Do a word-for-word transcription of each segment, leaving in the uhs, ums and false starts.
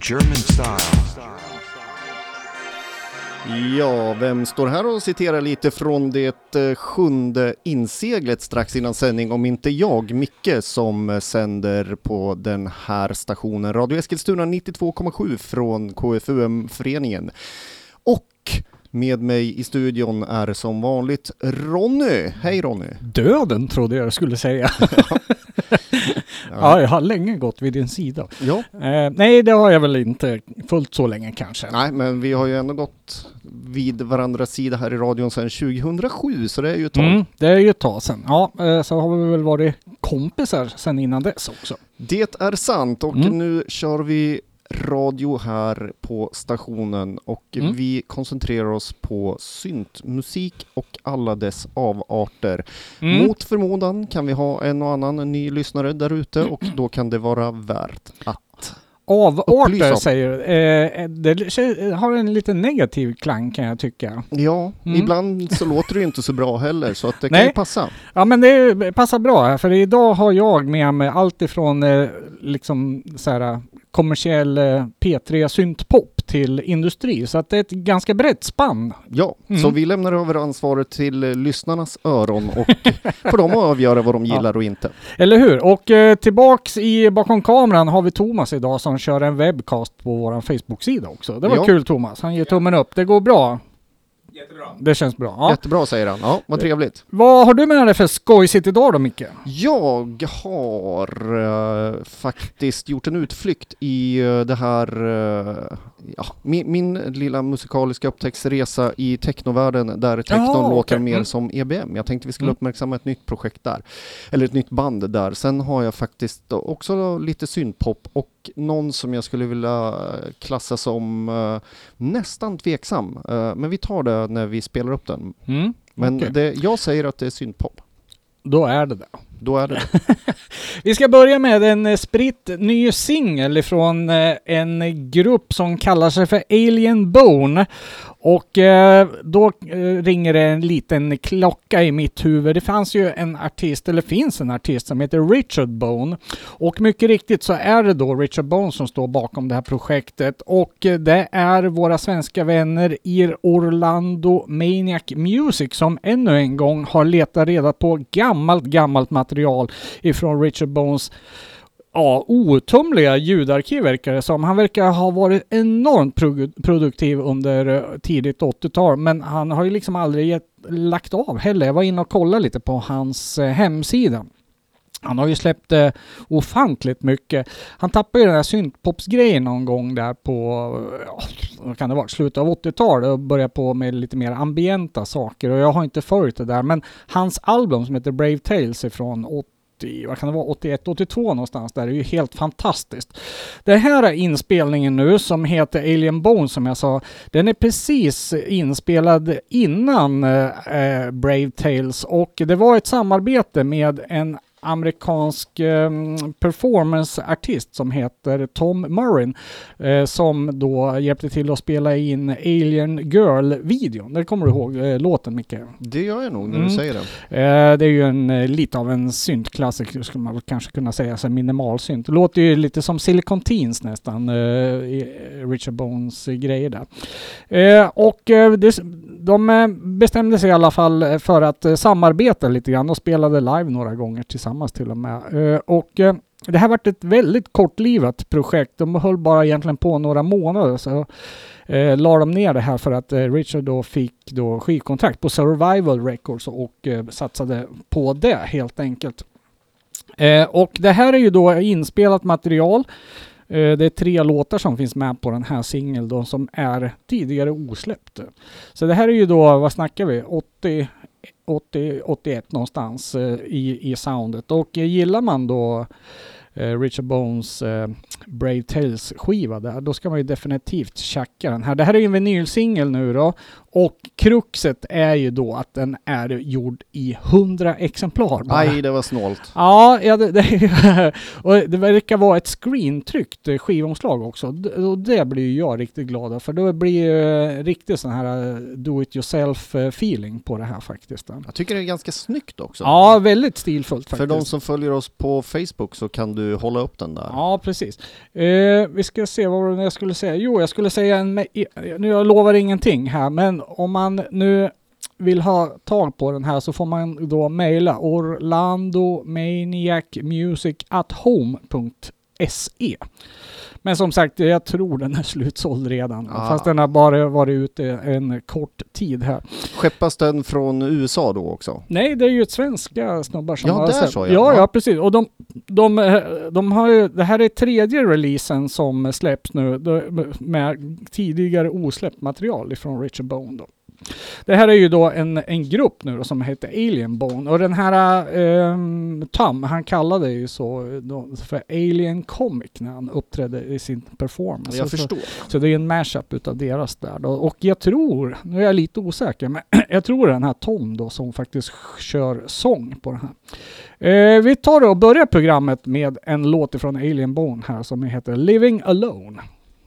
German style. Ja, vem står här och citerar lite från det eh, sjunde inseglet strax innan sändning, om inte jag, Micke, som sänder på den här stationen Radio Eskilstuna nittiotvå komma sju från K F U M-föreningen. Och med mig i studion är som vanligt Ronny. Hej Ronny. Döden trodde jag skulle säga. Ja. Ja, jag har länge gått vid din sida. Ja. Eh, nej, det har jag väl inte fullt så länge kanske. Nej, men vi har ju ändå gått vid varandras sida här i radion sedan tjugohundrasju, så det är ju ett tag. Mm, det är ju ett tag sedan. Ja, eh, så har vi väl varit kompisar sedan innan dess också. Det är sant, och Mm. nu kör vi radio här på stationen och Mm. vi koncentrerar oss på syntmusik och alla dess avarter. Mm. Mot förmodan kan vi ha en och annan ny lyssnare där ute, och då kan det vara värt att Avarter upplysa om. säger du. Eh, det har en lite negativ klang kan jag tycka. Ja, Mm. ibland så låter det ju inte så bra heller, så att det kan Nej. ju passa. Ja, men det passar bra här, för idag har jag med mig allt ifrån eh, liksom så här kommersiell eh, P tre syntpop till industri, så att det är ett ganska brett spann. Ja, Mm. så vi lämnar över ansvaret till eh, lyssnarnas öron och för dem att avgöra vad de gillar och inte. Eller hur? Och eh, tillbaks i bakom kameran har vi Thomas idag som kör en webbcast på vår Facebook-sida också. Det var Ja. kul Thomas, han ger tummen upp. Det går bra. Jättebra. Det känns bra. Ja. Jättebra, säger han. Ja, vad trevligt. Vad har du med dig för skojsigt idag då, Micke? Jag har uh, faktiskt gjort en utflykt i uh, det här, uh, ja, min, min lilla musikaliska upptäcktsresa i technovärlden, där technon Jaha, låter okej. mer Mm. som E B M. Jag tänkte vi skulle Mm. uppmärksamma ett nytt projekt där, eller ett nytt band där. Sen har jag faktiskt också lite syntpop och någon som jag skulle vilja klassa som uh, nästan tveksam. Uh, men vi tar det när vi spelar upp den. Mm. Men Okej. det, jag säger att det är syntpop. Då är det det. Då är det. Vi ska börja med en eh, spritt ny singel ifrån eh, en grupp som kallar sig för Alien Bone. Och eh, då eh, ringer det en liten klocka i mitt huvud. Det fanns ju en artist, eller finns en artist som heter Richard Bone. Och mycket riktigt så är det då Richard Bone som står bakom det här projektet. Och eh, det är våra svenska vänner i Orlando Maniac Music som ännu en gång har letat reda på gammalt, gammalt material ifrån Richard Bones ja, outtömliga ljudarkiv verkar det som. Han verkar ha varit enormt pro- produktiv under uh, tidigt åttiotal, men han har ju liksom aldrig gett, lagt av heller. Jag var inne och kollade lite på hans uh, hemsida. Han har ju släppt uh, ofantligt mycket. Han tappade ju den här syntpopsgrejen någon gång där på uh, vad kan det vara, slutet av åttiotalet och började på med lite mer ambienta saker, och jag har inte följt det där, men hans album som heter Brave Tales är från åttio, vad kan det vara, åttioett åttiotvå någonstans där, är ju helt fantastiskt. Den här inspelningen nu som heter Alien Bone, som jag sa, den är precis inspelad innan eh, Brave Tales, och det var ett samarbete med en amerikansk eh, performanceartist som heter Tom Murrin eh, som då hjälpte till att spela in Alien Girl-videon. Det kommer du ihåg eh, låten, Micke? Det gör jag nog när Mm. du säger det. Eh, det är ju en, eh, lite av en syntklassiker skulle man väl kanske kunna säga, så minimalsynt. Det låter ju lite som Silicon Teens nästan, eh, i Richard Bones eh, grejer där. Eh, och eh, det, de eh, bestämde sig i alla fall för att eh, samarbeta lite grann och spelade live några gånger tillsammans till och med. Eh, och eh, det här varit ett väldigt kortlivat projekt. De höll bara egentligen på några månader, så eh, la de ner det här för att eh, Richard då fick då skivkontrakt på Survival Records och eh, satsade på det helt enkelt. Eh, och det här är ju då inspelat material. Eh, det är tre låtar som finns med på den här singeln då, som är tidigare osläppt. Så det här är ju då, vad snackar vi, åttio åttio åttioett någonstans eh, i, i soundet. Och eh, gillar man då eh, Richard Bones eh, Brave Tales skiva där, då ska man ju definitivt checka den här. Det här är ju en vinylsingel nu då, och kruxet är ju då att den är gjord i hundra exemplar bara. Aj, det var snålt. Ja, ja det, det, och det verkar vara ett screentryckt skivomslag också. D- och det blir ju jag riktigt glad av, för då blir det riktigt sån här do-it-yourself feeling på det här faktiskt. Jag tycker det är ganska snyggt också. Ja, väldigt stilfullt faktiskt. För de som följer oss på Facebook så kan du du hålla upp den där. Ja, precis. Eh, vi ska se vad jag skulle säga. Jo, jag skulle säga en... Nu jag lovar ingenting här, men om man nu vill ha tag på den här så får man då mejla orlandomaniacmusic at home punkt se. Men som sagt, jag tror den är slutsåld redan. Ah. Fast den har bara varit ute en kort tid här. Skeppas den från U S A då också? Nej, det är ju ett svenska snubbar som ja, har där sett. så, ja. Ja, ja, precis. Och de, de, de har ju, det här är tredje releasen som släpps nu med tidigare osläppt material ifrån Richard Bone då. Det här är ju då en, en grupp nu då, som heter Alien Bone. Och den här eh, Tom, han kallade ju så då, för Alien Comic när han uppträdde i sin performance. Jag så, förstår. Så, så det är en mashup utav deras där då. Och jag tror, nu är jag lite osäker, men jag tror den här Tom då som faktiskt kör sång på den här. Eh, vi tar och börjar programmet med en låt ifrån Alien Bone här som heter Living Alone.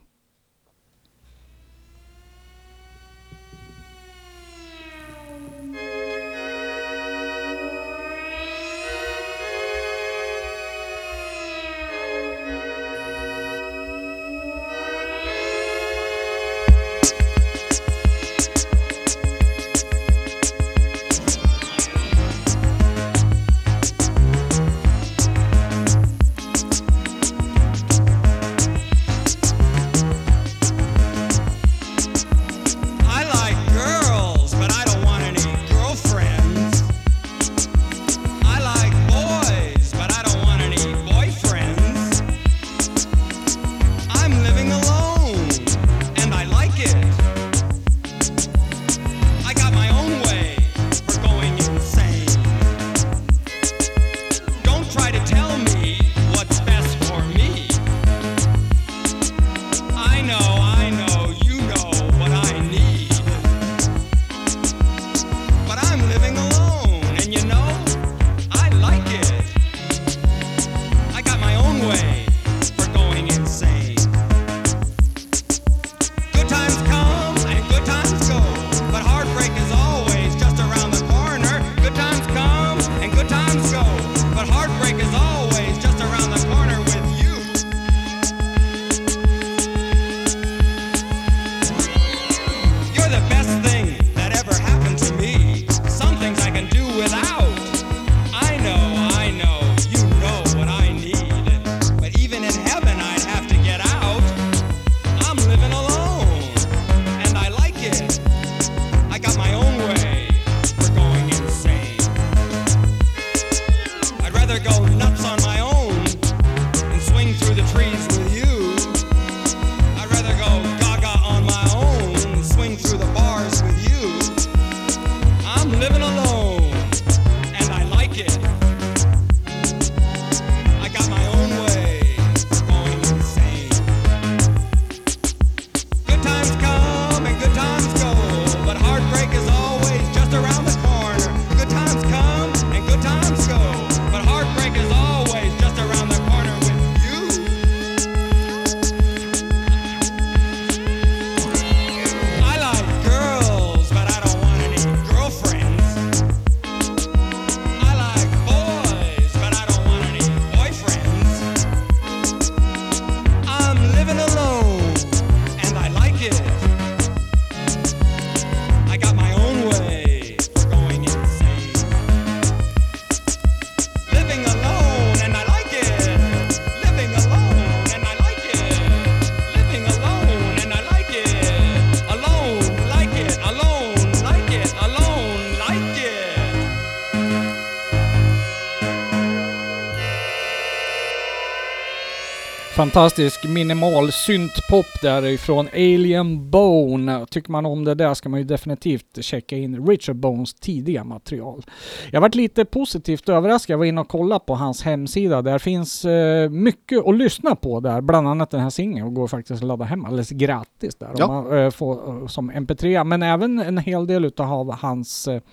Fantastisk minimal syntpop därifrån Alien Bone. Tycker man om det där ska man ju definitivt checka in Richard Bones tidiga material. Jag varit lite positivt överraskad. Jag var inne och kollade på hans hemsida. Där finns eh, mycket att lyssna på där. Bland annat den här singeln och går faktiskt att ladda hem alldeles gratis där. Ja. Om man, eh, får, eh, som M P tre. Men även en hel del utav hans eh,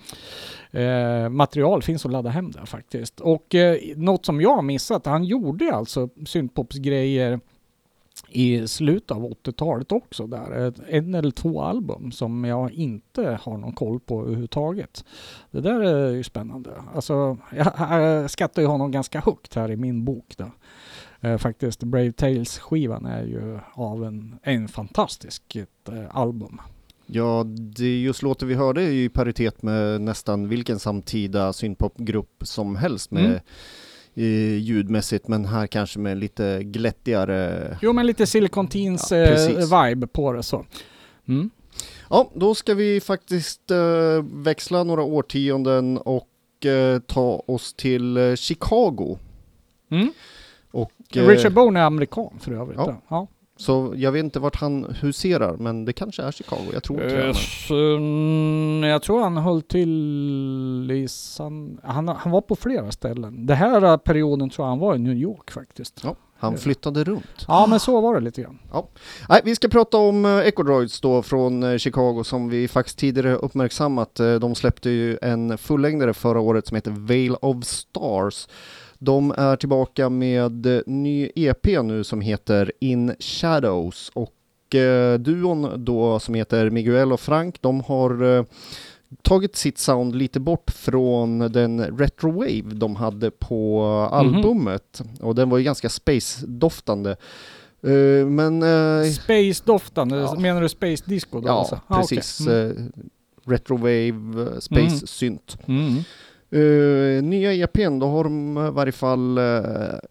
Eh, material finns att ladda hem där faktiskt. Och eh, något som jag har missat, han gjorde alltså syntpopsgrejer i slutet av åttiotalet också där. En eller två album som jag inte har någon koll på överhuvudtaget. Det där är ju spännande. Alltså, jag, jag skattar ju honom ganska högt här i min bok då. Eh, faktiskt, Brave Tales-skivan är ju av en, en fantastisk eh, album. Ja, det just låter vi hörde är ju i paritet med nästan vilken samtida synpopgrupp som helst med mm. i, ljudmässigt, men här kanske med lite glättigare... Jo, men lite Silicon Teens ja, eh, vibe på det så. Mm. Ja, då ska vi faktiskt eh, växla några årtionden och eh, ta oss till eh, Chicago. Mm. Och, Richard Bone är amerikan för övrigt. Ja. Ja. Så jag vet inte vart han huserar, men det kanske är Chicago. Jag tror inte uh, det. Jag tror han höll till i San... han, han var på flera ställen. Det här perioden tror jag han var i New York faktiskt. Ja, han flyttade runt. Ja, men så var det lite grann. Ja. Nej, vi ska prata om uh, Echordroids då från uh, Chicago som vi faktiskt tidigare uppmärksammat. Uh, de släppte ju en fullängdare förra året som heter Veil of Stars. De är tillbaka med ny E P nu som heter In Shadows och eh, duon då som heter Miguel och Frank, de har eh, tagit sitt sound lite bort från den retro wave de hade på albumet mm-hmm. och den var ju ganska space-doftande. Uh, men uh, Space-doftande? Ja. Menar du Space Disco då? Ja, alltså? precis. Ah, okay. mm. uh, retro wave, space-synt. Mm. Mm. Uh, nya E P:n, då har de i varje fall uh,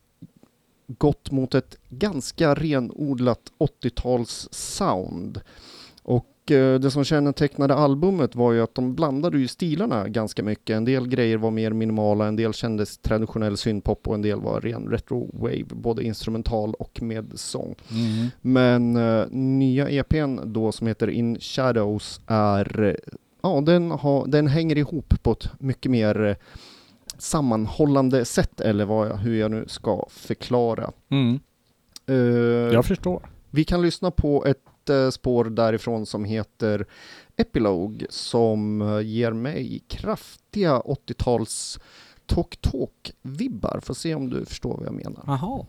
gått mot ett ganska renodlat åttio-tals sound. Och uh, det som kännetecknade albumet var ju att de blandade ju stilarna ganska mycket. En del grejer var mer minimala, en del kändes traditionell synpop och en del var ren retro wave, både instrumental och med sång. Mm. Men uh, nya E P:n då som heter In Shadows är ja, den, har, den hänger ihop på ett mycket mer eh, sammanhållande sätt, eller vad jag, hur jag nu ska förklara. Mm. Uh, jag förstår. Vi kan lyssna på ett uh, spår därifrån som heter Epilogue, som uh, ger mig kraftiga åttio-tals talk-talk-vibbar. Får se om du förstår vad jag menar. Aha.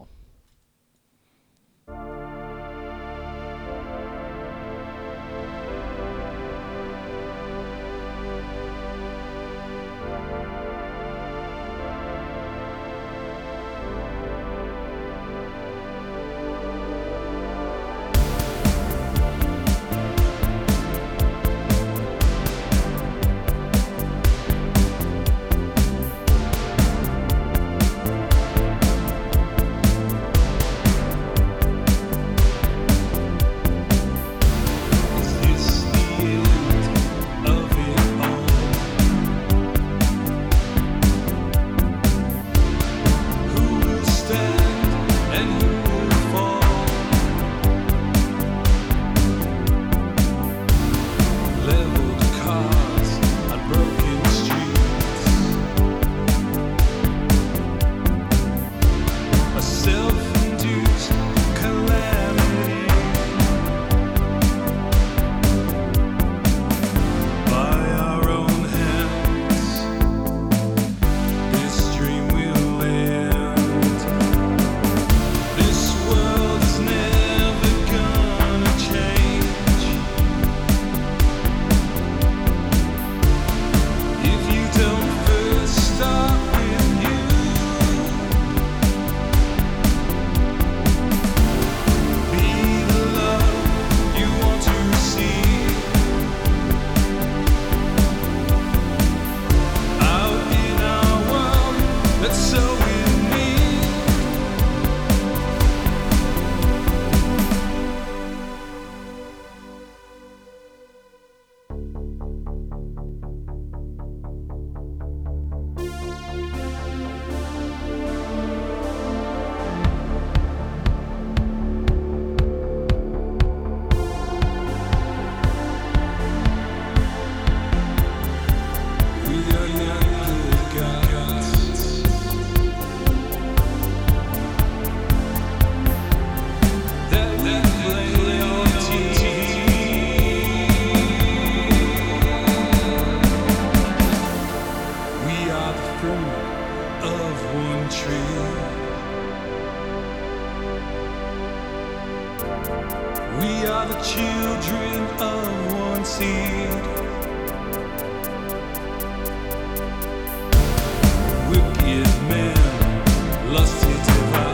are the children of one seed. Wicked men, lust to divide.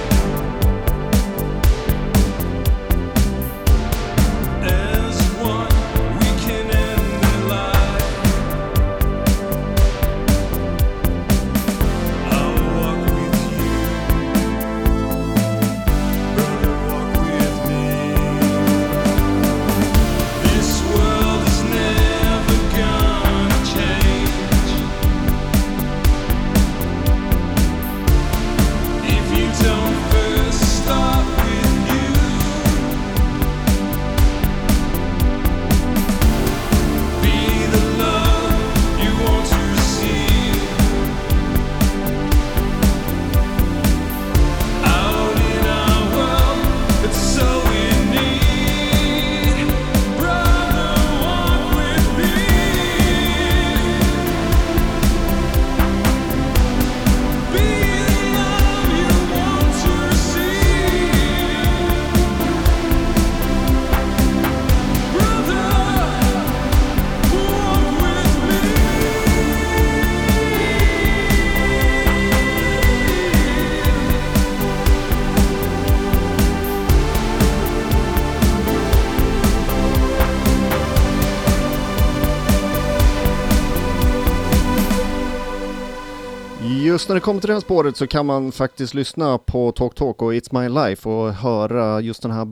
Just när det kommer till det här spåret så kan man faktiskt lyssna på Talk Talk och It's My Life och höra just den här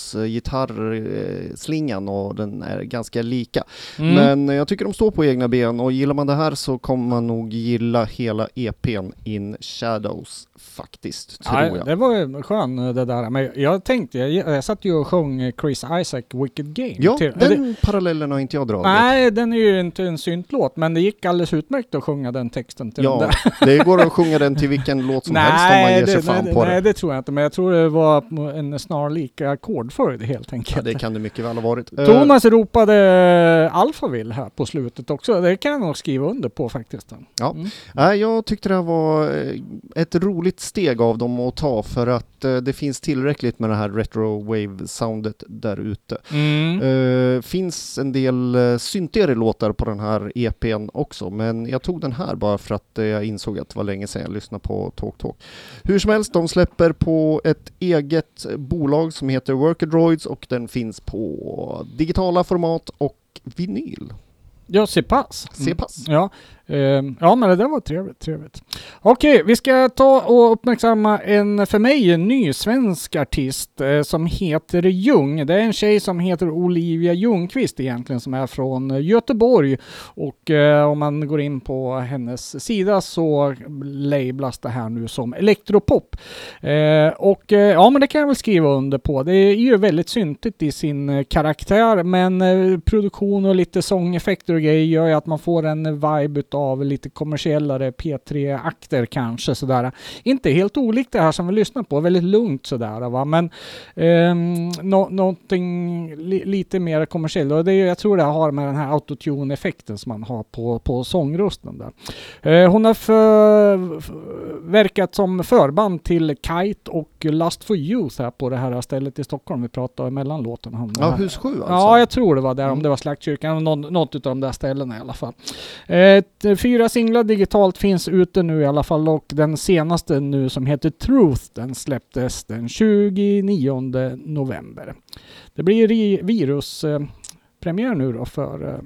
basgitarrslingan, och den är ganska lika. Mm. Men jag tycker de står på egna ben, och gillar man det här så kommer man nog gilla hela E P:n In Shadows faktiskt, tror ja, jag. Det var skön det där. Men jag tänkte, jag, jag satt ju och sjöng Chris Isaak Wicked Game. Ja, till, den det, parallellen har inte jag dragit. Nej, den är ju inte en syntlåt, men det gick alldeles utmärkt att sjunga den texten till ja, den där. Det går att sjunga den till vilken låt som helst om man ger sig det, fan nej, på nej, det. Nej, det tror jag inte, men jag tror det var en snarlik ackordföljd helt enkelt. Ja, det kan det mycket väl ha varit. Thomas uh, ropade Alphaville här på slutet också. Det kan jag nog skriva under på faktiskt. Ja, mm. äh, jag tyckte det här var ett roligt steg av dem att ta, för att uh, det finns tillräckligt med det här retro wave soundet där ute. Mm. Uh, finns en del uh, syntigare låtar på den här E P:n också, men jag tog den här bara för att uh, jag insåg att det var länge sedan jag lyssnade på Talk Talk. Hur som helst, de släpper på ett eget bolag som heter Worker Droids, och den finns på digitala format och vinyl. Ja, se pass. Se pass. Mm. Ja. Uh, ja, men det där var trevligt, trevligt. Okej, vi ska ta och uppmärksamma en, för mig, en ny svensk artist uh, som heter Ljung. Det är en tjej som heter Olivia Ljungqvist egentligen, som är från Göteborg. Och uh, om man går in på hennes sida så lablas det här nu som elektropop. Uh, och uh, ja, men det kan jag väl skriva under på. Det är ju väldigt syntigt i sin uh, karaktär, men uh, produktion och lite sångeffekter och grejer gör ju att man får en vibe av lite kommersiellare P tre-akter kanske sådär. Inte helt olikt det här som vi lyssnar på, väldigt lugnt sådär va, men eh, no- någonting li- lite mer kommersiellt, och det är, jag tror det har med den här autotune-effekten som man har på, på sångrösten där. Eh, hon har för, f- verkat som förband till Kite och Lust for Youth här på det här stället i Stockholm vi pratade mellan låten. Ja, hus sju alltså. Ja, jag tror det var där, om mm. det var Slaktkyrkan, någon, något av de där ställena i alla fall. Eh, fyra singlar digitalt finns ute nu i alla fall, och den senaste nu som heter Truth, den släpptes den tjugonionde november. Det blir ri- viruspremiär eh, nu då för eh,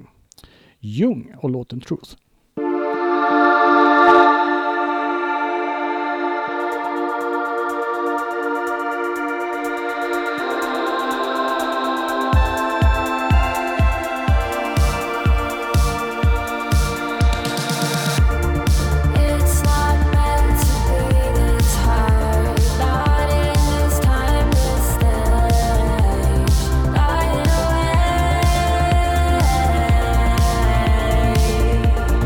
Ljung och låten Truth. Light away.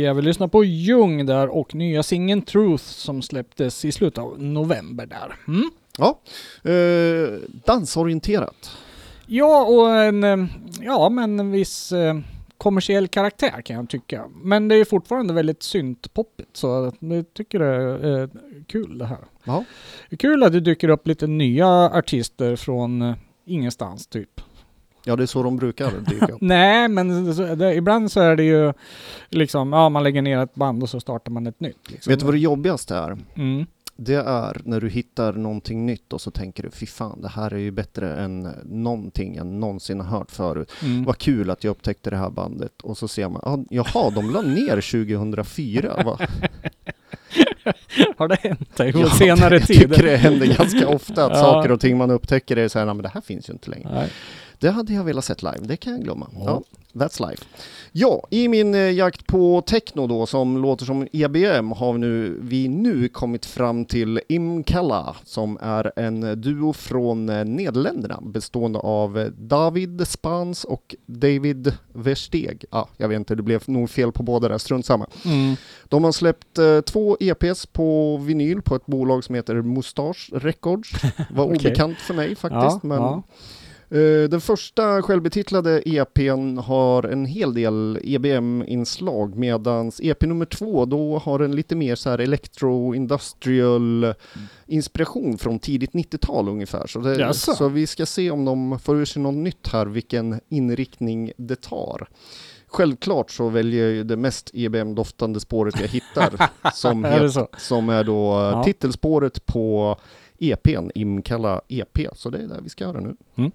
säga. Vi lyssnar på Jung där och nya singeln Truth som släpptes i slutet av november där. Mm? Ja, eh, dansorienterat. Ja, och en, eh, ja, men en viss eh, kommersiell karaktär kan jag tycka. Men det är fortfarande väldigt syntpoppigt, så jag tycker det är eh, kul det här. Ja. Det är kul att det dyker upp lite nya artister från eh, ingenstans typ. Ja, det är så de brukar dyka upp. Nej, men så, det, ibland så är det ju liksom, ja, man lägger ner ett band och så startar man ett nytt. Liksom. Vet du vad det jobbigaste är? Mm. Det är när du hittar någonting nytt och så tänker du, fy fan, det här är ju bättre än någonting jag någonsin har hört förut. Mm. Vad kul att jag upptäckte det här bandet. Och så ser man, ah, jaha, de la ner tjugohundrafyra. Va? Har det hänt dig på Ja, senare jag tid? tycker det händer ganska ofta att Ja. saker och ting man upptäcker är så här, men det här finns ju inte längre. Nej. Det hade jag velat sett live, det kan jag glömma. Ja. Ja, that's life. Ja, i min eh, jakt på techno då, som låter som E B M, har vi nu, vi nu kommit fram till Imkala, som är en duo från eh, Nederländerna, bestående av eh, David Spans och David Versteeg. Ja, jag vet inte, det blev nog fel på båda där, strunt samma. Mm. De har släppt eh, två E P:s på vinyl på ett bolag som heter Mustache Records. Var Okej. obekant för mig faktiskt, Ja, men... ja. Uh, den första självbetitlade E P:n har en hel del E B M-inslag, medans E P nummer två då har en lite mer så här electro-industrial inspiration från tidigt nittiotal ungefär. Så, det, Jaså. så vi ska se om de får ur sig något nytt här, vilken inriktning det tar. Självklart så väljer jag ju det mest E B M-doftande spåret jag hittar, som, Är det het, så? som är då Ja. titelspåret på E P:n, Imkala E P. Så det är det vi ska göra nu. Mm.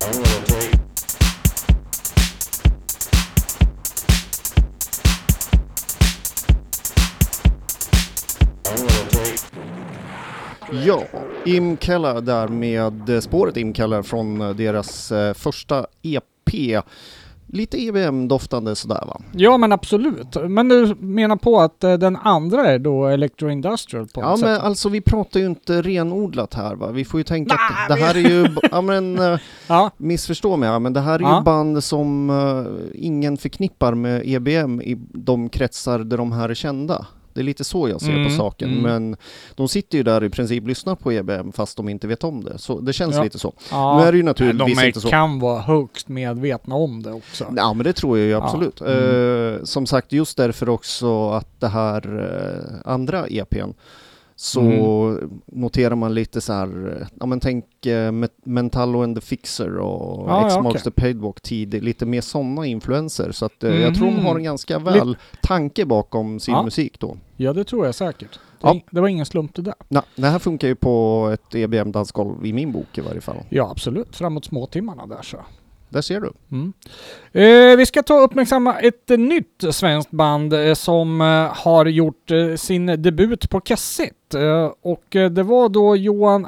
Ja, Im Keller där med spåret Im Keller från deras eh, första E P. Lite E B M-doftande sådär va? Ja men absolut. Men du menar på att eh, den andra är då Electro Industrial på Ja något men sätt? alltså vi pratar ju inte renodlat här va? Vi får ju tänka nah, att det här är ju, ja men eh, ja. missförstå mig, ja, men det här är ja. ju band som uh, ingen förknippar med E B M i de kretsar där de här är kända. Det är lite så jag ser mm, på saken, mm. men de sitter ju där i princip och lyssnar på E B M fast de inte vet om det. Så det känns ja. lite så. Ja. Nu är det ju naturligtvis de inte så. De kan vara högst medvetna om det också. Ja, men det tror jag ju absolut. Ja. Mm. Eh, som sagt, just därför också att det här eh, andra E P:n så mm. noterar man lite så här, ja men tänk eh, Mentallo and the Fixer och ja, X-Marks okay. the Paidwalk tid, lite mer sådana influenser. Så att eh, mm. jag tror de har en ganska väl Lite. tanke bakom sin ja. musik då. Ja, det tror jag säkert. Det, ja. det var ingen slump det där. Nej, det här funkar ju på ett E B M-dansgolv i min bok i varje fall. Ja, absolut. Framåt småtimmarna där så. Där ser du. Mm. Eh, vi ska ta och uppmärksamma ett eh, nytt svenskt band eh, som eh, har gjort eh, sin debut på kassett. Eh, och eh, det var då Johan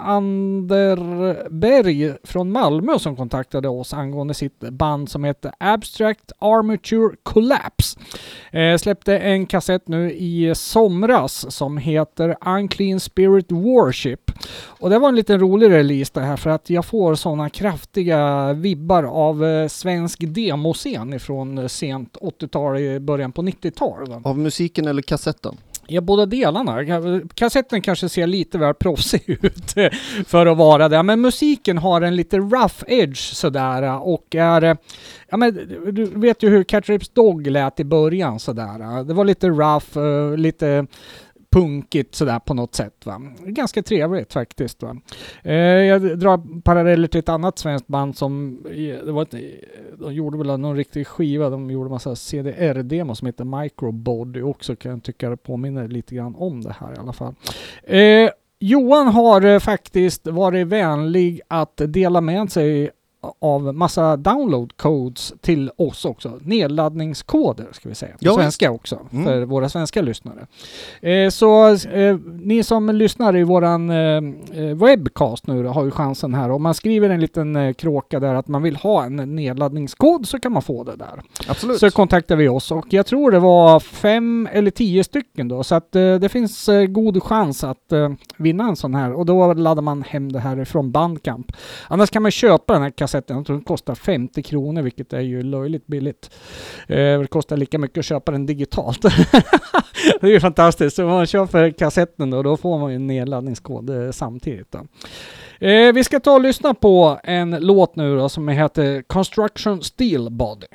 Anderberg från Malmö som kontaktade oss angående sitt band som heter Abstract Armature Collapse. Eh, släppte en kassett nu i somras som heter Unclean Spirit Worship. Och det var en liten rolig release det här för att jag får sådana kraftiga vibbar av eh, svensk demoscen ifrån sent åttiotal i början på nittiotal. Av musiken eller kassetten? Ja, båda delarna. Kassetten kanske ser lite väl proffsig ut för att vara det. Men musiken har en lite rough edge sådär och är... Ja, men du vet ju hur Cat Rips Dog lät i början sådär. Det var lite rough, lite... punkigt sådär på något sätt va. Ganska trevligt faktiskt va. Eh, jag drar paralleller till ett annat svenskt band som det var ett, de gjorde väl någon riktig skiva, de gjorde massa C D R-demo som heter Microbody också, kan jag tycka det påminner lite grann om det här i alla fall. Eh, Johan har eh, faktiskt varit vänlig att dela med sig av massa download codes till oss också. Nedladdningskoder ska vi säga. På ja, svenska också. Mm. För våra svenska lyssnare. Eh, så eh, ni som lyssnar i våran eh, webcast nu då, har ju chansen här. Om man skriver en liten eh, kråka där att man vill ha en nedladdningskod så kan man få det där. Absolut. Så kontaktar vi oss och jag tror det var fem eller tio stycken då. Så att eh, det finns eh, god chans att eh, vinna en sån här. Och då laddar man hem det här från Bandcamp. Annars kan man köpa den här kassetten. Jag tror den kostar femtio kronor, vilket är ju löjligt billigt. Eh, det kostar lika mycket att köpa den digitalt. Det är ju fantastiskt. Så om man köper kassetten då, då får man ju en nedladdningskod eh, samtidigt då. Eh, vi ska ta och lyssna på en låt nu då som heter Construction Steel Body.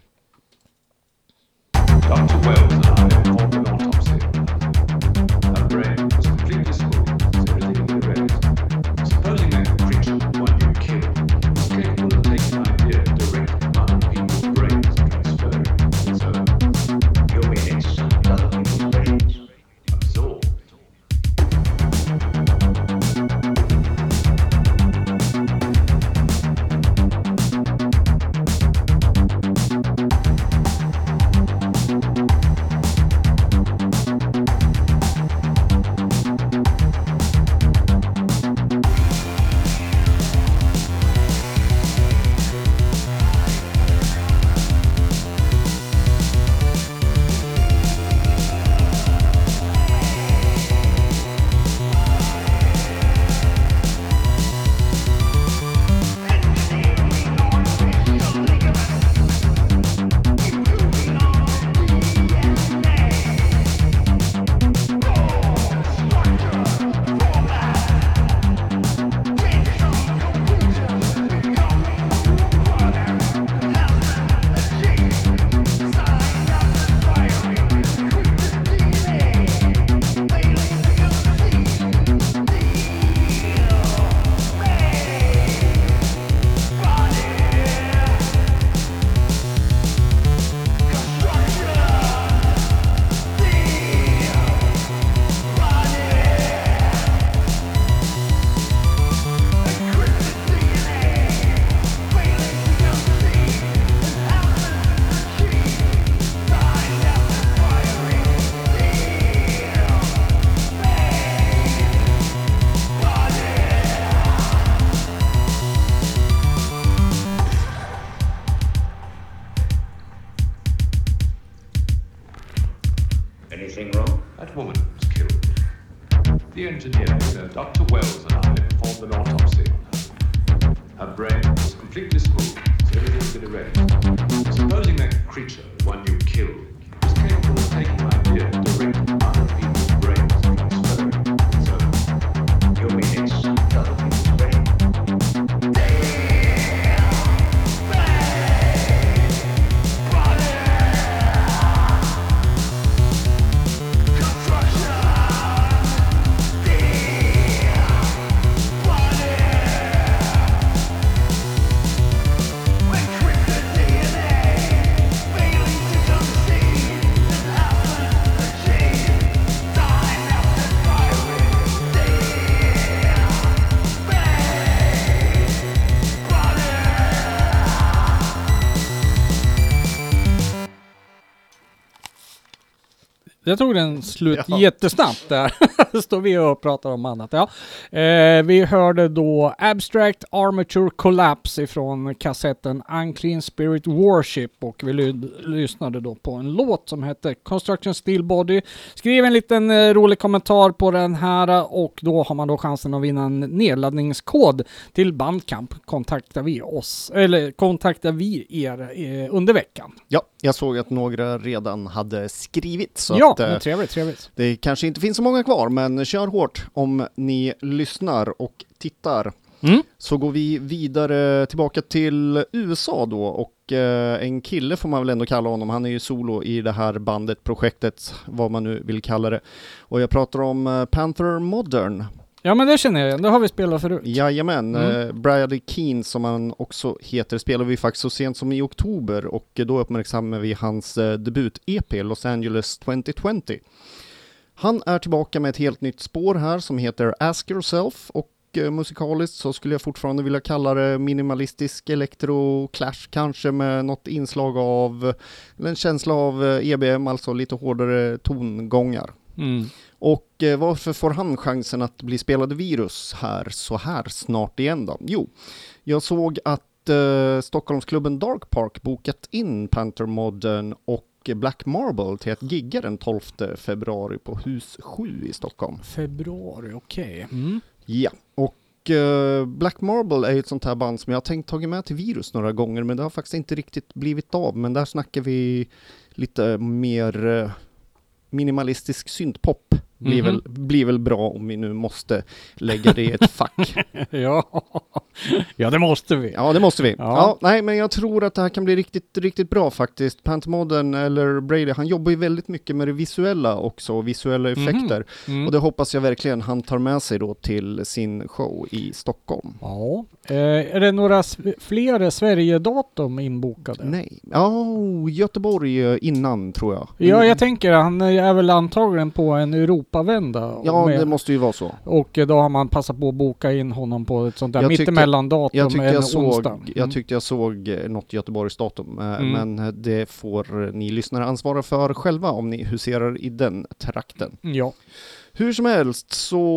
Doctor Wells and I performed an autopsy. Her brain was completely smooth, everything we read. Supposing a creature, one you killed, was capable of taking an idea direct from people's brains and transferring it. So, you mean it's other people's brains? Absorbed. Doctor Wells and I performed an autopsy on her. Her brain was completely smooth, so everything had been erased. Supposing that creature, the one you killed, was capable of taking ideas direct from other people's brains and transferring them. So, you mean it sucked other people's brains? Jag tog den slut Ja. jättesnabbt där. Står vi och pratar om annat. Ja. Eh, vi hörde då Abstract Armature Collapse ifrån kassetten Unclean Spirit Worship och vi ly- lyssnade då på en låt som hette Construction Steel Body. Skriv en liten eh, rolig kommentar på den här och då har man då chansen att vinna en nedladdningskod till Bandcamp. Kontaktar vi oss, eller kontaktar vi er eh, under veckan. Ja, jag såg att några redan hade skrivit så Ja, att, eh, men trevligt, trevligt. det kanske inte finns så många kvar, men kör hårt om ni lyssnar och tittar. Mm. Så går vi vidare tillbaka till U S A då och eh, en kille får man väl ändå kalla honom. Han är ju solo i det här bandet, projektet, vad man nu vill kalla det. Och jag pratar om eh, Panther Modern. Ja, men det känner jag igen. Det har vi spelat förut. Jajamän, Mm. eh, Bradley Keane som han också heter spelar vi faktiskt så sent som i oktober och då uppmärksammar vi hans eh, debut-E P Los Angeles tjugo tjugo. Han är tillbaka med ett helt nytt spår här som heter Ask Yourself och eh, musikaliskt så skulle jag fortfarande vilja kalla det minimalistisk elektro-clash kanske med något inslag av, eller en känsla av eh, E B M, alltså lite hårdare tongångar. Mm. Och eh, varför får han chansen att bli spelade Virus här så här snart igen då? Jo, jag såg att eh, Stockholmsklubben Dark Park bokat in Panther Modern och Black Marble till att gigga den tolfte februari på Hus sju i Stockholm. Februari, okej. Okay. Mm. Ja, och eh, Black Marble är ju ett sånt här band som jag har tänkt tagit med till Virus några gånger men det har faktiskt inte riktigt blivit av. Men där snackar vi lite mer eh, minimalistisk syntpop. Blir, Mhm. väl, blir väl bra om vi nu måste lägga det i ett fack. Ja. ja, det måste vi. Ja, det måste vi. Ja. Ja. nej, men jag tror att det här kan bli riktigt, riktigt bra faktiskt. Panther Modern eller Brady, han jobbar ju väldigt mycket med det visuella också, visuella effekter. Mm. Och det hoppas jag verkligen han tar med sig då till sin show i Stockholm. Ja. Eh, är det några sv- fler Sverige-datum inbokade? Nej. Ja, oh, Göteborg eh, innan tror jag. Ja, jag tänker han är väl antagligen på en Europavända. Ja, med, det måste ju vara så. och då har man passat på att boka in honom på ett sånt där Jag tyckte- mittemellandatum Jag tyckte en jag, såg, onsdag. jag tyckte jag såg eh, något Göteborgsdatum, eh, Mm. men eh, det får eh, ni lyssnare ansvara för själva om ni huserar i den trakten. Ja. Hur som helst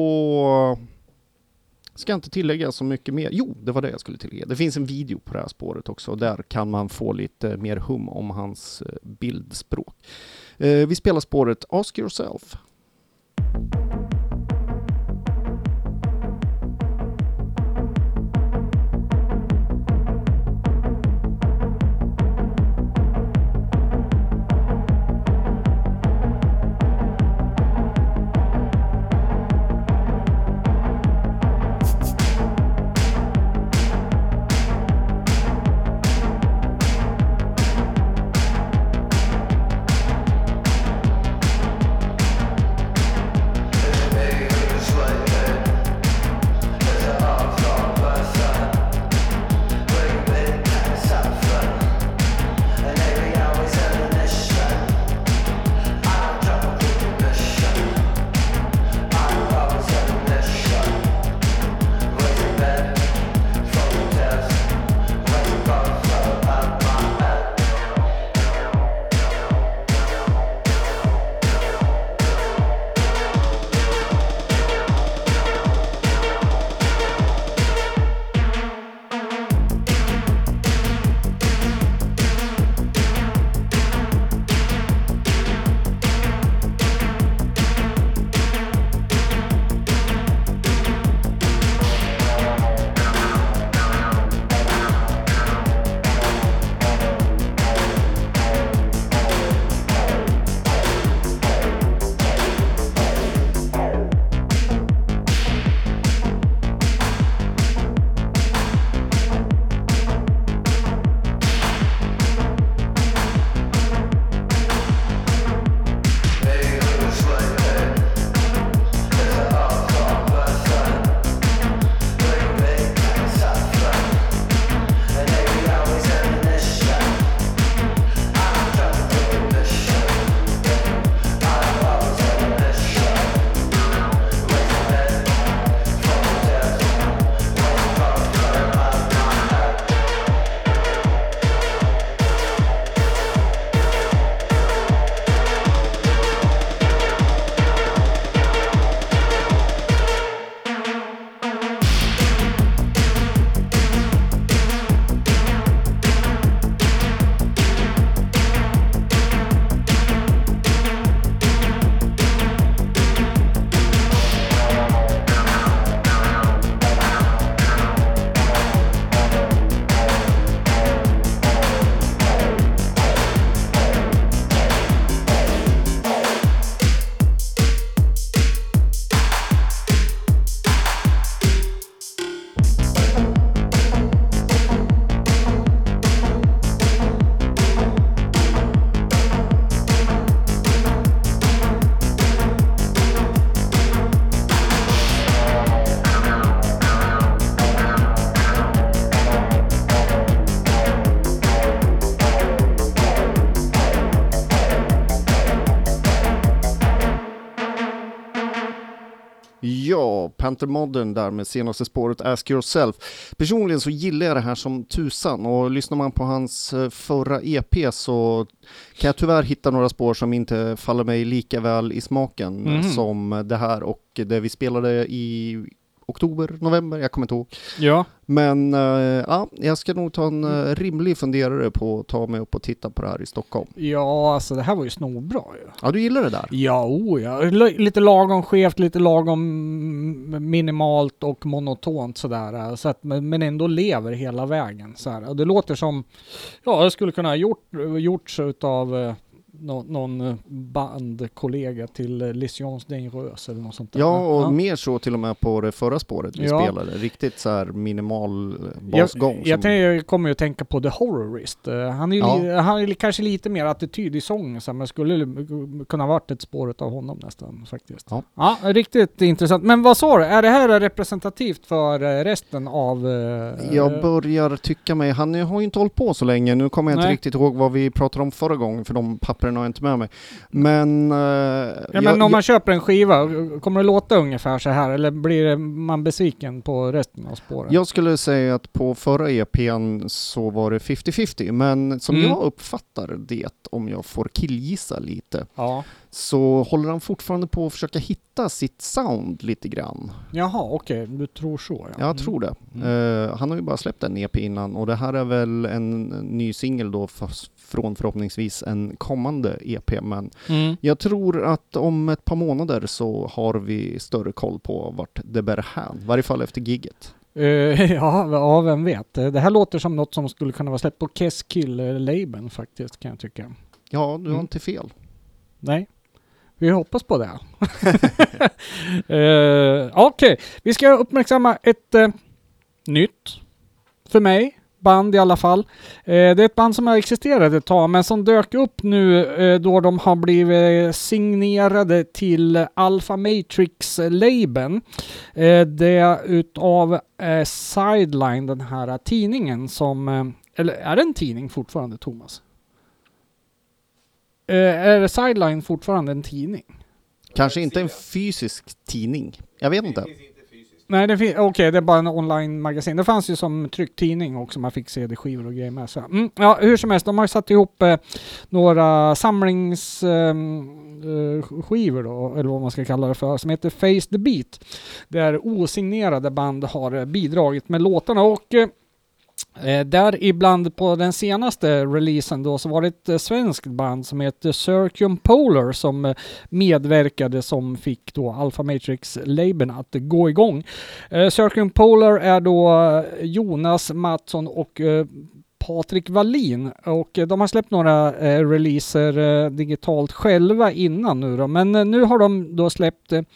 så ska jag inte tillägga så mycket mer. Jo, det var det jag skulle tillägga. Det finns en video på det här spåret också. Där kan man få lite mer hum om hans eh, bildspråk. Eh, vi spelar spåret Ask Yourself. Panther Modern där med senaste spåret Ask Yourself. Personligen så gillar jag det här som tusan, och lyssnar man på hans förra E P så kan jag tyvärr hitta några spår som inte faller mig lika väl i smaken Mm. som det här och det vi spelade i oktober, november, jag kommer inte ihåg. Ja. Men uh, ja, jag ska nog ta en uh, rimlig funderare på att ta mig upp och titta på det här i Stockholm. Ja, alltså det här var ju snorbra ju. Ja, du gillar det där? Ja, oh, ja. L- lite lagom skevt, lite lagom minimalt och monotont sådär. Så att, men ändå lever hela vägen. Så här. Och det låter som, ja, det skulle kunna ha gjort, gjorts utav eh, nå- någon bandkollega till eh, Lysions Dangerös eller något sånt där. Ja, och ja. mer så till och med på det förra spåret vi Ja. spelade. Riktigt så här minimal basgång. Jag, jag, som... tänker, jag kommer ju att tänka på The Horrorist. Uh, han är ju Ja. li, han är kanske lite mer attityd i sång, så, men skulle kunna varit ett spåret av honom nästan faktiskt. Ja. Ja, riktigt intressant. Men vad sa du? Är det här representativt för uh, resten av... Uh, Jag börjar tycka mig, han har ju inte hållit på så länge. Nu kommer jag inte Nej. riktigt ihåg vad vi pratade om förra gången, för de papperna har jag inte med mig. Men... Uh, ja, men jag, om man köper en skiva, kommer det låta ungefär så här? Eller blir man besviken på resten av spåren? Jag skulle säga att på förra E P:n så var det femtio femtio, men som Mm. jag uppfattar det, om jag får killgissa lite, Ja. så håller han fortfarande på att försöka hitta sitt sound lite grann. Jaha, okej. Du tror så, ja. Jag tror det. Mm. Uh, han har ju bara släppt en E P innan, och det här är väl en ny singel då f- från förhoppningsvis en kommande E P, men Mm. jag tror att om ett par månader så har vi större koll på vart det bär hän, i varje fall efter gigget. Uh, ja, ja, vem vet. Det här låter som något som skulle kunna vara släppt på Keskill-labeln faktiskt, kan jag tycka. Ja, du har Mm. inte fel. Nej, vi hoppas på det. uh, Okej, okay. Vi ska uppmärksamma ett uh, nytt, för mig, band i alla fall. Uh, det är ett band som har existerat ett tag, men som dök upp nu uh, då de har blivit signerade till Alpha Matrix-labeln. Uh, det är utav uh, Sideline, den här tidningen som... Uh, eller är det en tidning fortfarande, Thomas? Uh, är Sideline fortfarande en tidning? Kanske inte en fysisk tidning. Jag vet inte. Nej, det fin- okej, okay, det är bara en online-magasin. Det fanns ju som tryckt tidning också, man fick C D-skivor och grejer med. Så. Mm, ja, hur som helst, de har ju satt ihop eh, några samlingsskivor eh, då, eller vad man ska kalla det för, som heter Face the Beat. Där osignerade band har eh, bidragit med låtarna, och eh, Eh, där ibland på den senaste releasen då så var det ett eh, svenskt band som heter Circumpolar som eh, medverkade, som fick då Alpha Matrix-labeln att eh, gå igång. Eh, Circumpolar är då eh, Jonas Mattsson och eh, Patrik Wallin, och eh, de har släppt några eh, releaser eh, digitalt själva innan nu då, men eh, nu har de då släppt eh,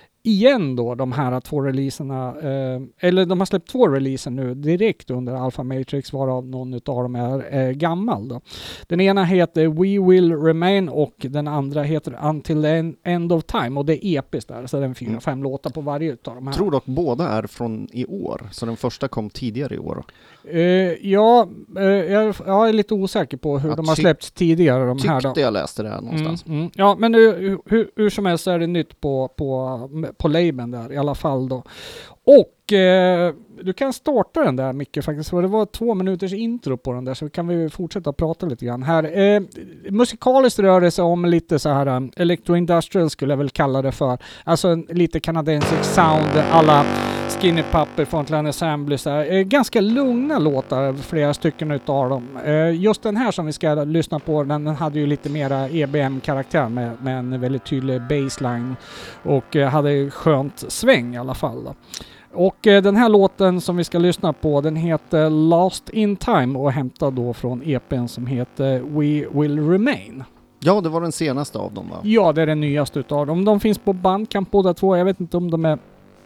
igen då de här två releaserna, eh, eller de har släppt två releaser nu direkt under Alpha Matrix, varav någon av dem är eh, gammal då. Den ena heter We Will Remain och den andra heter Until the End of Time, och det är episkt där, så det är en fyra, Mm. fem låtar på varje utav de här. Jag tror dock båda är från i år, så den första kom tidigare i år. Eh, ja, eh, jag, jag är lite osäker på hur Jag de har tyck- släppts tidigare, de här då. Tyckte jag läste det här någonstans. Mm, mm. Ja, men nu, hur, hur som helst så är det nytt på, på, på labeln där i alla fall då. Och eh, du kan starta den där mycket faktiskt, för det var två minuters intro på den där, så kan vi fortsätta prata lite grann här. Eh, musikaliskt rör det sig om lite så här um, electro-industrial skulle jag väl kalla det för. Alltså en, lite kanadensisk sound, alla Skinny Puppy, Frontline Assembly, så här. Eh, ganska lugna låtar, flera stycken utav dem. Eh, just den här som vi ska lyssna på, den, den hade ju lite mera E B M-karaktär med, med en väldigt tydlig bassline, och eh, hade ju skönt sväng i alla fall då. Och eh, den här låten som vi ska lyssna på, den heter Lost in Time och hämtad då från E P:n som heter We Will Remain. Ja, det var den senaste av dem, va? Ja, det är den nyaste utav dem. De finns på Bandcamp båda två. Jag vet inte om de är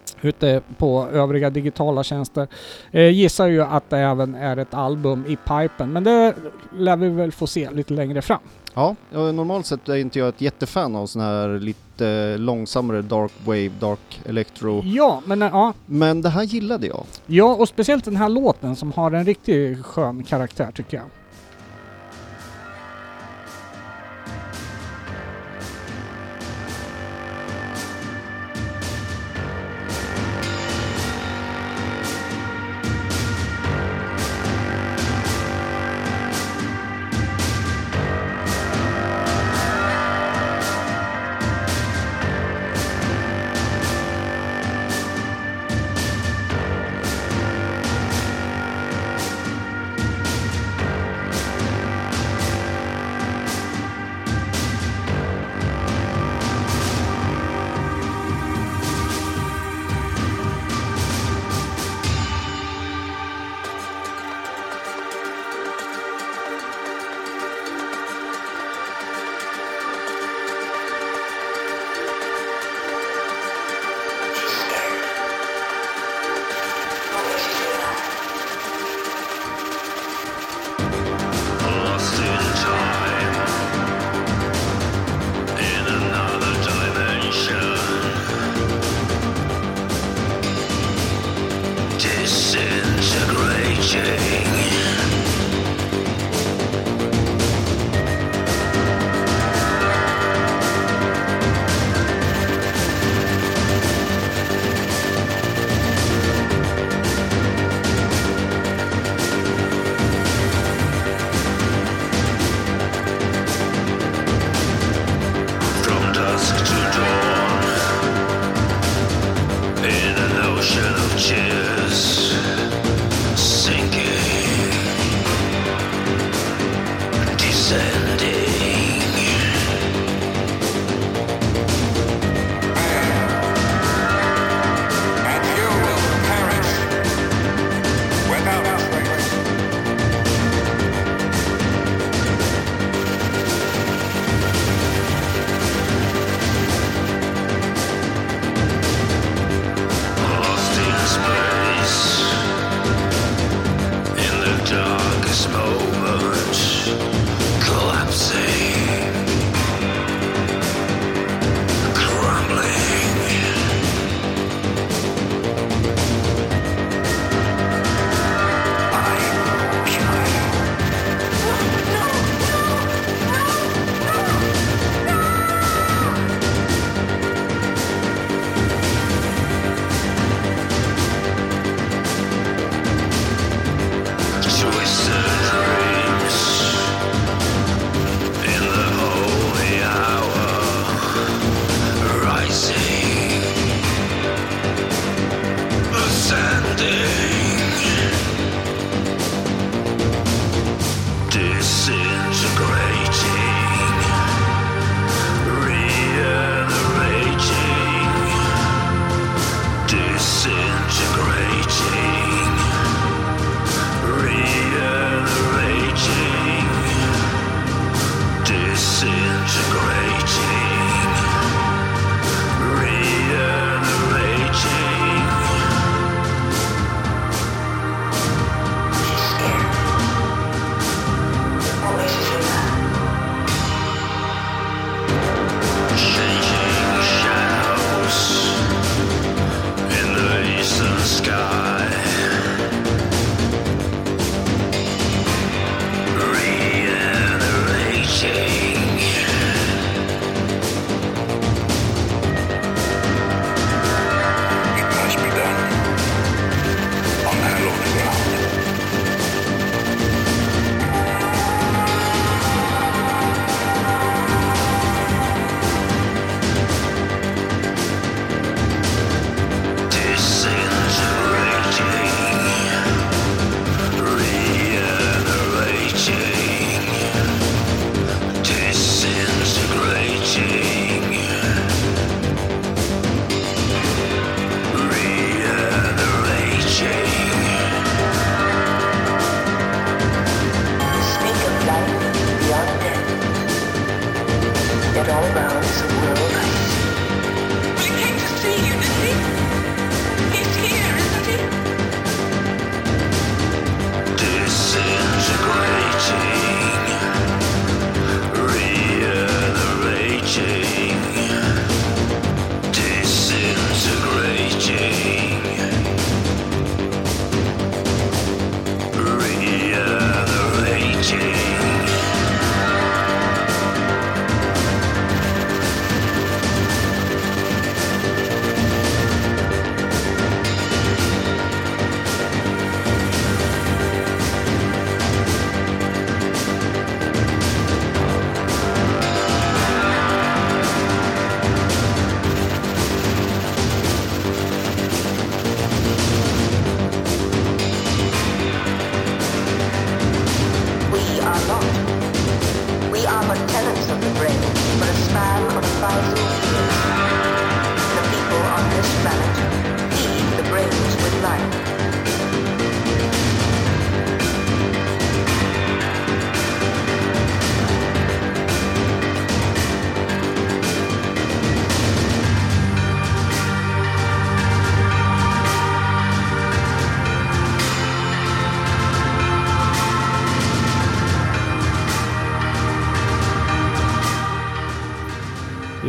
ute på övriga digitala tjänster. Eh, gissar ju att det även är ett album i pipen, men det lär vi väl få se lite längre fram. Ja, och normalt sett är inte jag ett jättefan av sån här lite långsammare dark wave, dark electro. Ja, men eh, ja. Men det här gillade jag. Ja, och speciellt den här låten som har en riktigt skön karaktär tycker jag. Ocean of tears sinking.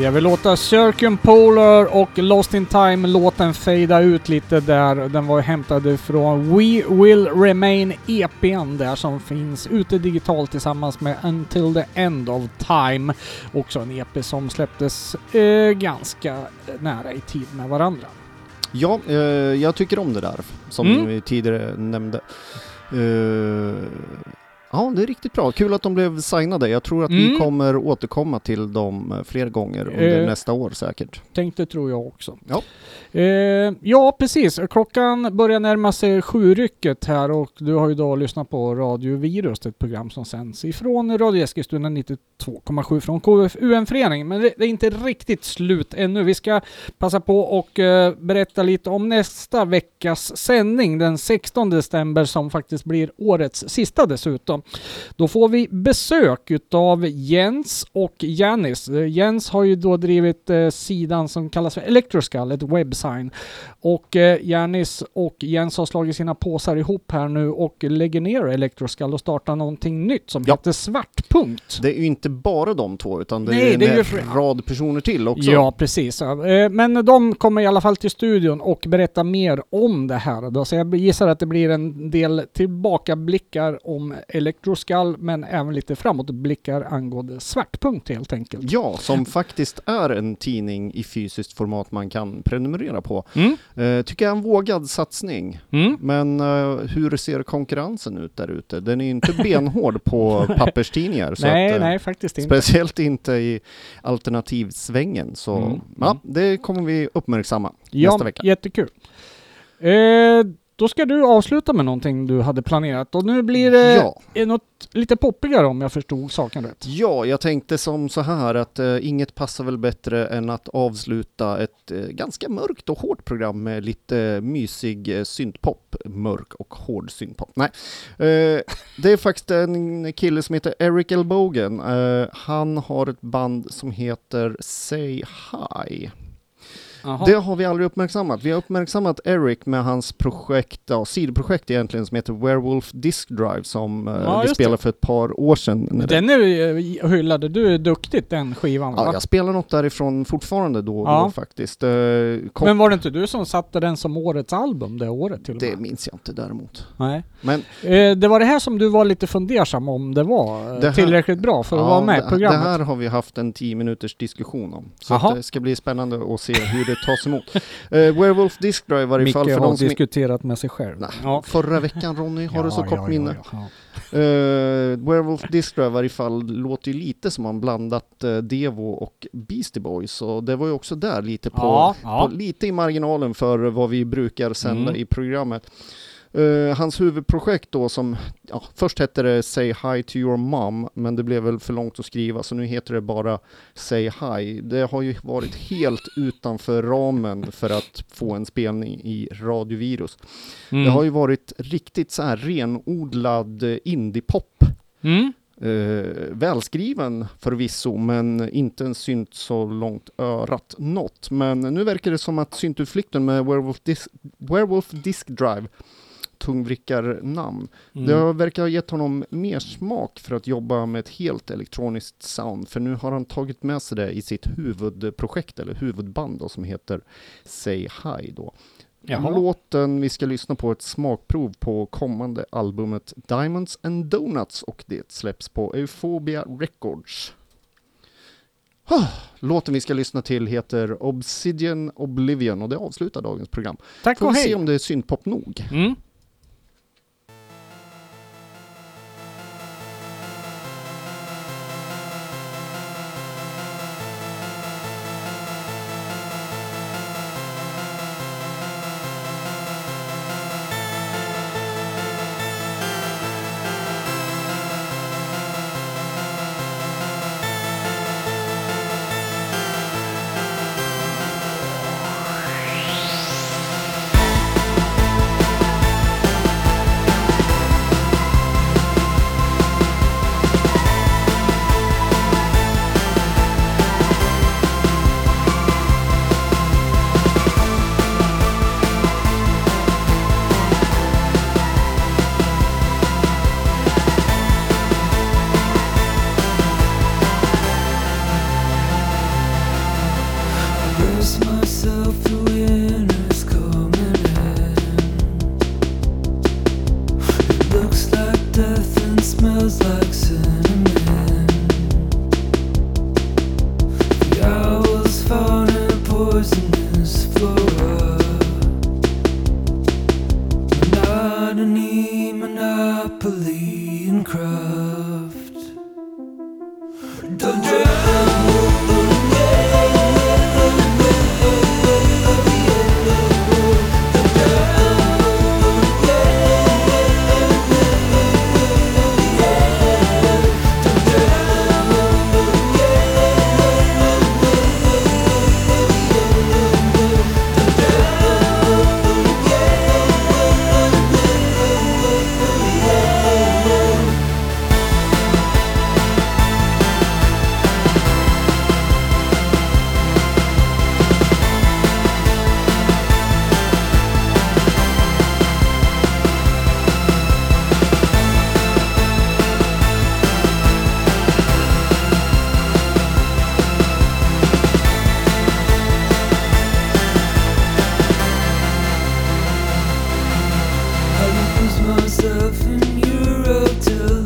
Jag vill låta Circumpolar och Lost in Time låten fejda ut lite där. Den var hämtad från We Will Remain E P:n där som finns ute digitalt tillsammans med Until the End of Time. Också en E P som släpptes eh, ganska nära i tid med varandra. Ja, eh, jag tycker om det där som Mm. vi tidigare nämnde. Eh, ja, det är riktigt bra. Kul att de blev signade. Jag tror att Mm. vi kommer återkomma till dem eh, fler gånger under Eh. nästa år säkert. Tänkte tror jag också. Ja. Eh, ja, precis. Klockan börjar närma sig sjurycket här och du har ju då lyssnat på Radio Virus, ett program som sänds ifrån Radio Eskilstuna nittiotvå komma sju från K F U N-föreningen. Men det, det är inte riktigt slut ännu. Vi ska passa på och eh, berätta lite om nästa veckas sändning den sextonde december som faktiskt blir årets sista dessutom. Då får vi besök utav Jens och Janis. Eh, Jens har ju då drivit eh, sidan som kallas för Electroskull, ett webbsite. Och eh, Janis och Jens har slagit sina påsar ihop här nu och lägger ner Electroskull och startar någonting nytt som Ja. heter Svartpunkt. Det är ju inte bara de två utan det Nej, är det är en ju fler. rad personer till också. Ja, precis. Eh, Men de kommer i alla fall till studion och berätta mer om det här. Då. Så jag gissar att det blir en del tillbakablickar om Electroskull men även lite framåtblickar angående Svartpunkt helt enkelt. Ja, som faktiskt är en tidning i fysiskt format man kan prenumerera på. Mm. Eh, tycker jag är en vågad satsning. Mm. Men eh, hur ser konkurrensen ut där ute? Den är ju inte benhård på papperstidningar. Så Nej, att, eh, nej, faktiskt inte. speciellt inte i alternativsvängen. Så Mm. ja, det kommer vi uppmärksamma Ja, nästa vecka. jättekul. Eh, då ska du avsluta med någonting du hade planerat och nu blir det Ja. eh, något lite poppigare om jag förstod saken rätt. Ja, jag tänkte som så här att eh, inget passar väl bättre än att avsluta ett eh, ganska mörkt och hårt program med lite eh, mysig eh, syntpop. Mörk och hård syntpop. Nej, eh, det är faktiskt en kille som heter Eric Elbogen. Eh, han har ett band som heter Say Hi. Jaha. Det har vi aldrig uppmärksammat. Vi har uppmärksammat Eric med hans projekt, ja, sidoprojekt egentligen, som heter Werewolf Disk Drive som eh, Ja, vi just spelade det. för ett par år sedan. När det- Den är ju hyllade. Du är duktigt den skivan va? Ja, jag spelar något därifrån fortfarande då och Ja. då faktiskt. Eh, kom, Men var det inte du som satte den som årets album det året till och det med? minns jag inte däremot. Nej. Men Eh, det var det här som du var lite fundersam om det var eh, Det här- tillräckligt bra för att ja, vara med i det, programmet. det här har vi haft en tio minuters diskussion om. Så Jaha. att det ska bli spännande att se hur det tas emot. Eh, Werewolf Disk Drive var i Micke fall för har de som... diskuterat med sig själv. Nej, Ja. Förra veckan Ronny, har du så Ja, kort ja, minne? ja, ja. Uh, Werewolf Disk Drive var i fall låter ju lite som man blandat uh, Devo och Beastie Boys, och det var ju också där lite på, Ja, ja. på lite i marginalen för vad vi brukar sända Mm. i programmet. Uh, hans huvudprojekt då som, ja, först hette det Say Hi to Your Mom, men det blev väl för långt att skriva så nu heter det bara Say Hi. Det har ju varit helt utanför ramen för att få en spelning i Radio Virus. Mm. Det har ju varit riktigt så här renodlad eh, indiepop. Mm. Eh, välskriven förvisso, men inte en synt så långt örat nått. Men nu verkar det som att syntutflykten med Werewolf, Dis- Werewolf Disk Drive tungvrickar namn. Mm. Det verkar ha gett honom mer smak för att jobba med ett helt elektroniskt sound, för nu har han tagit med sig det i sitt huvudprojekt eller huvudband då, som heter Say Hi då. Jaha. Låten vi ska lyssna på ett smakprov på kommande albumet Diamonds and Donuts, och det släpps på Euphoria Records. Låten vi ska lyssna till heter Obsidian Oblivion och det avslutar dagens program. Tack Får och vi hej. se om det är syntpop nog. Mm. Thank myself in Europe till